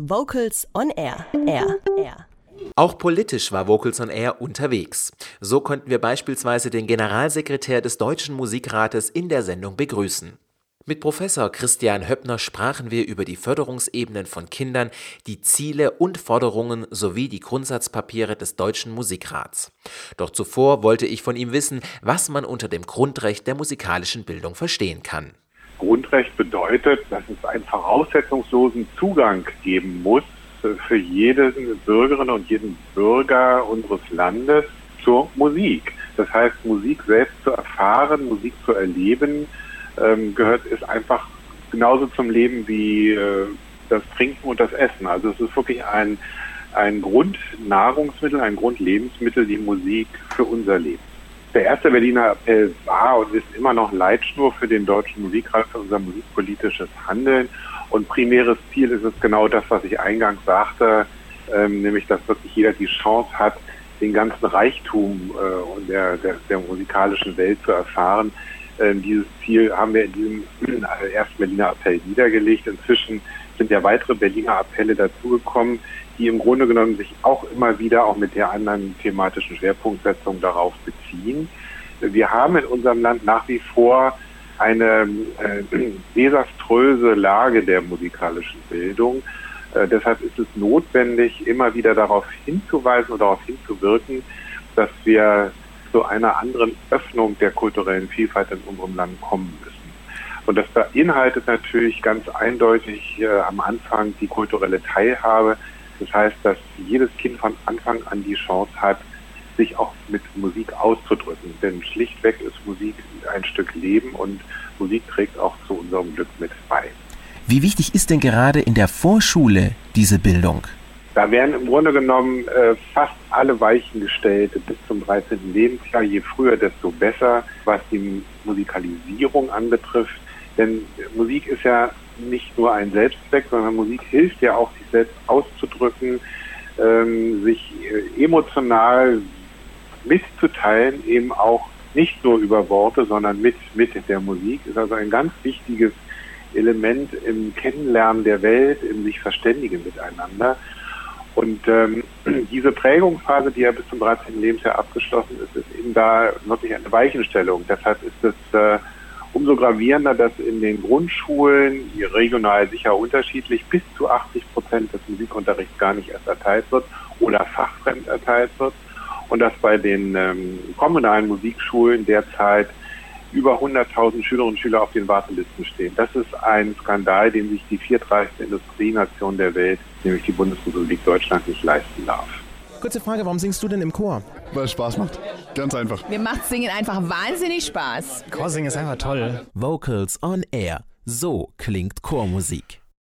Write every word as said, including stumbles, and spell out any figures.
Vocals on Air. Air. Air. Auch politisch war Vocals on Air unterwegs. So konnten wir beispielsweise den Generalsekretär des Deutschen Musikrates in der Sendung begrüßen. Mit Professor Christian Höppner sprachen wir über die Förderungsebenen von Kindern, die Ziele und Forderungen sowie die Grundsatzpapiere des Deutschen Musikrats. Doch zuvor wollte ich von ihm wissen, was man unter dem Grundrecht der musikalischen Bildung verstehen kann. Grundrecht bedeutet, dass es einen voraussetzungslosen Zugang geben muss für jede Bürgerin und jeden Bürger unseres Landes zur Musik. Das heißt, Musik selbst zu erfahren, Musik zu erleben, ähm, gehört ist einfach genauso zum Leben wie äh, das Trinken und das Essen. Also es ist wirklich ein, ein Grundnahrungsmittel, ein Grundlebensmittel, die Musik für unser Leben. Der erste Berliner Appell war und ist immer noch Leitschnur für den Deutschen Musikrat, für unser musikpolitisches Handeln. Und primäres Ziel ist es genau das, was ich eingangs sagte, ähm, nämlich, dass wirklich jeder die Chance hat, den ganzen Reichtum äh, der, der, der musikalischen Welt zu erfahren. Ähm, dieses Ziel haben wir in diesem äh, ersten Berliner Appell niedergelegt. Inzwischen sind ja weitere Berliner Appelle dazugekommen, die im Grunde genommen sich auch immer wieder auch mit der anderen thematischen Schwerpunktsetzung darauf beziehen. Wir haben in unserem Land nach wie vor eine äh, desaströse Lage der musikalischen Bildung. Äh, deshalb ist es notwendig, immer wieder darauf hinzuweisen und darauf hinzuwirken, dass wir zu einer anderen Öffnung der kulturellen Vielfalt in unserem Land kommen müssen. Und das beinhaltet natürlich ganz eindeutig äh, am Anfang die kulturelle Teilhabe. Das heißt, dass jedes Kind von Anfang an die Chance hat, sich auch mit Musik auszudrücken. Denn schlichtweg ist Musik ein Stück Leben und Musik trägt auch zu unserem Glück mit bei. Wie wichtig ist denn gerade in der Vorschule diese Bildung? Da werden im Grunde genommen äh, fast alle Weichen gestellt bis zum dreizehnten Lebensjahr. Je früher, desto besser, was die Musikalisierung anbetrifft. Denn Musik ist ja nicht nur ein Selbstzweck, sondern Musik hilft ja auch, sich selbst auszudrücken, ähm, sich äh, emotional mitzuteilen, eben auch nicht nur über Worte, sondern mit, mit der Musik. Ist also ein ganz wichtiges Element im Kennenlernen der Welt, im sich verständigen miteinander. Und ähm, diese Prägungsphase, die ja bis zum dreizehnten Lebensjahr abgeschlossen ist, ist eben da wirklich eine Weichenstellung. Deshalb ist es äh, umso gravierender, dass in den Grundschulen, regional sicher unterschiedlich, bis zu achtzig Prozent des Musikunterrichts gar nicht erst erteilt wird oder fachfremd erteilt wird. Und dass bei den ähm, kommunalen Musikschulen derzeit über hunderttausend Schülerinnen und Schüler auf den Wartelisten stehen. Das ist ein Skandal, den sich die viertreichste Industrienation der Welt, nämlich die Bundesrepublik Deutschland, nicht leisten darf. Kurze Frage, warum singst du denn im Chor? Weil es Spaß macht. Ganz einfach. Mir macht Singen einfach wahnsinnig Spaß. Chorsingen ist einfach toll. Vocals on Air. So klingt Chormusik.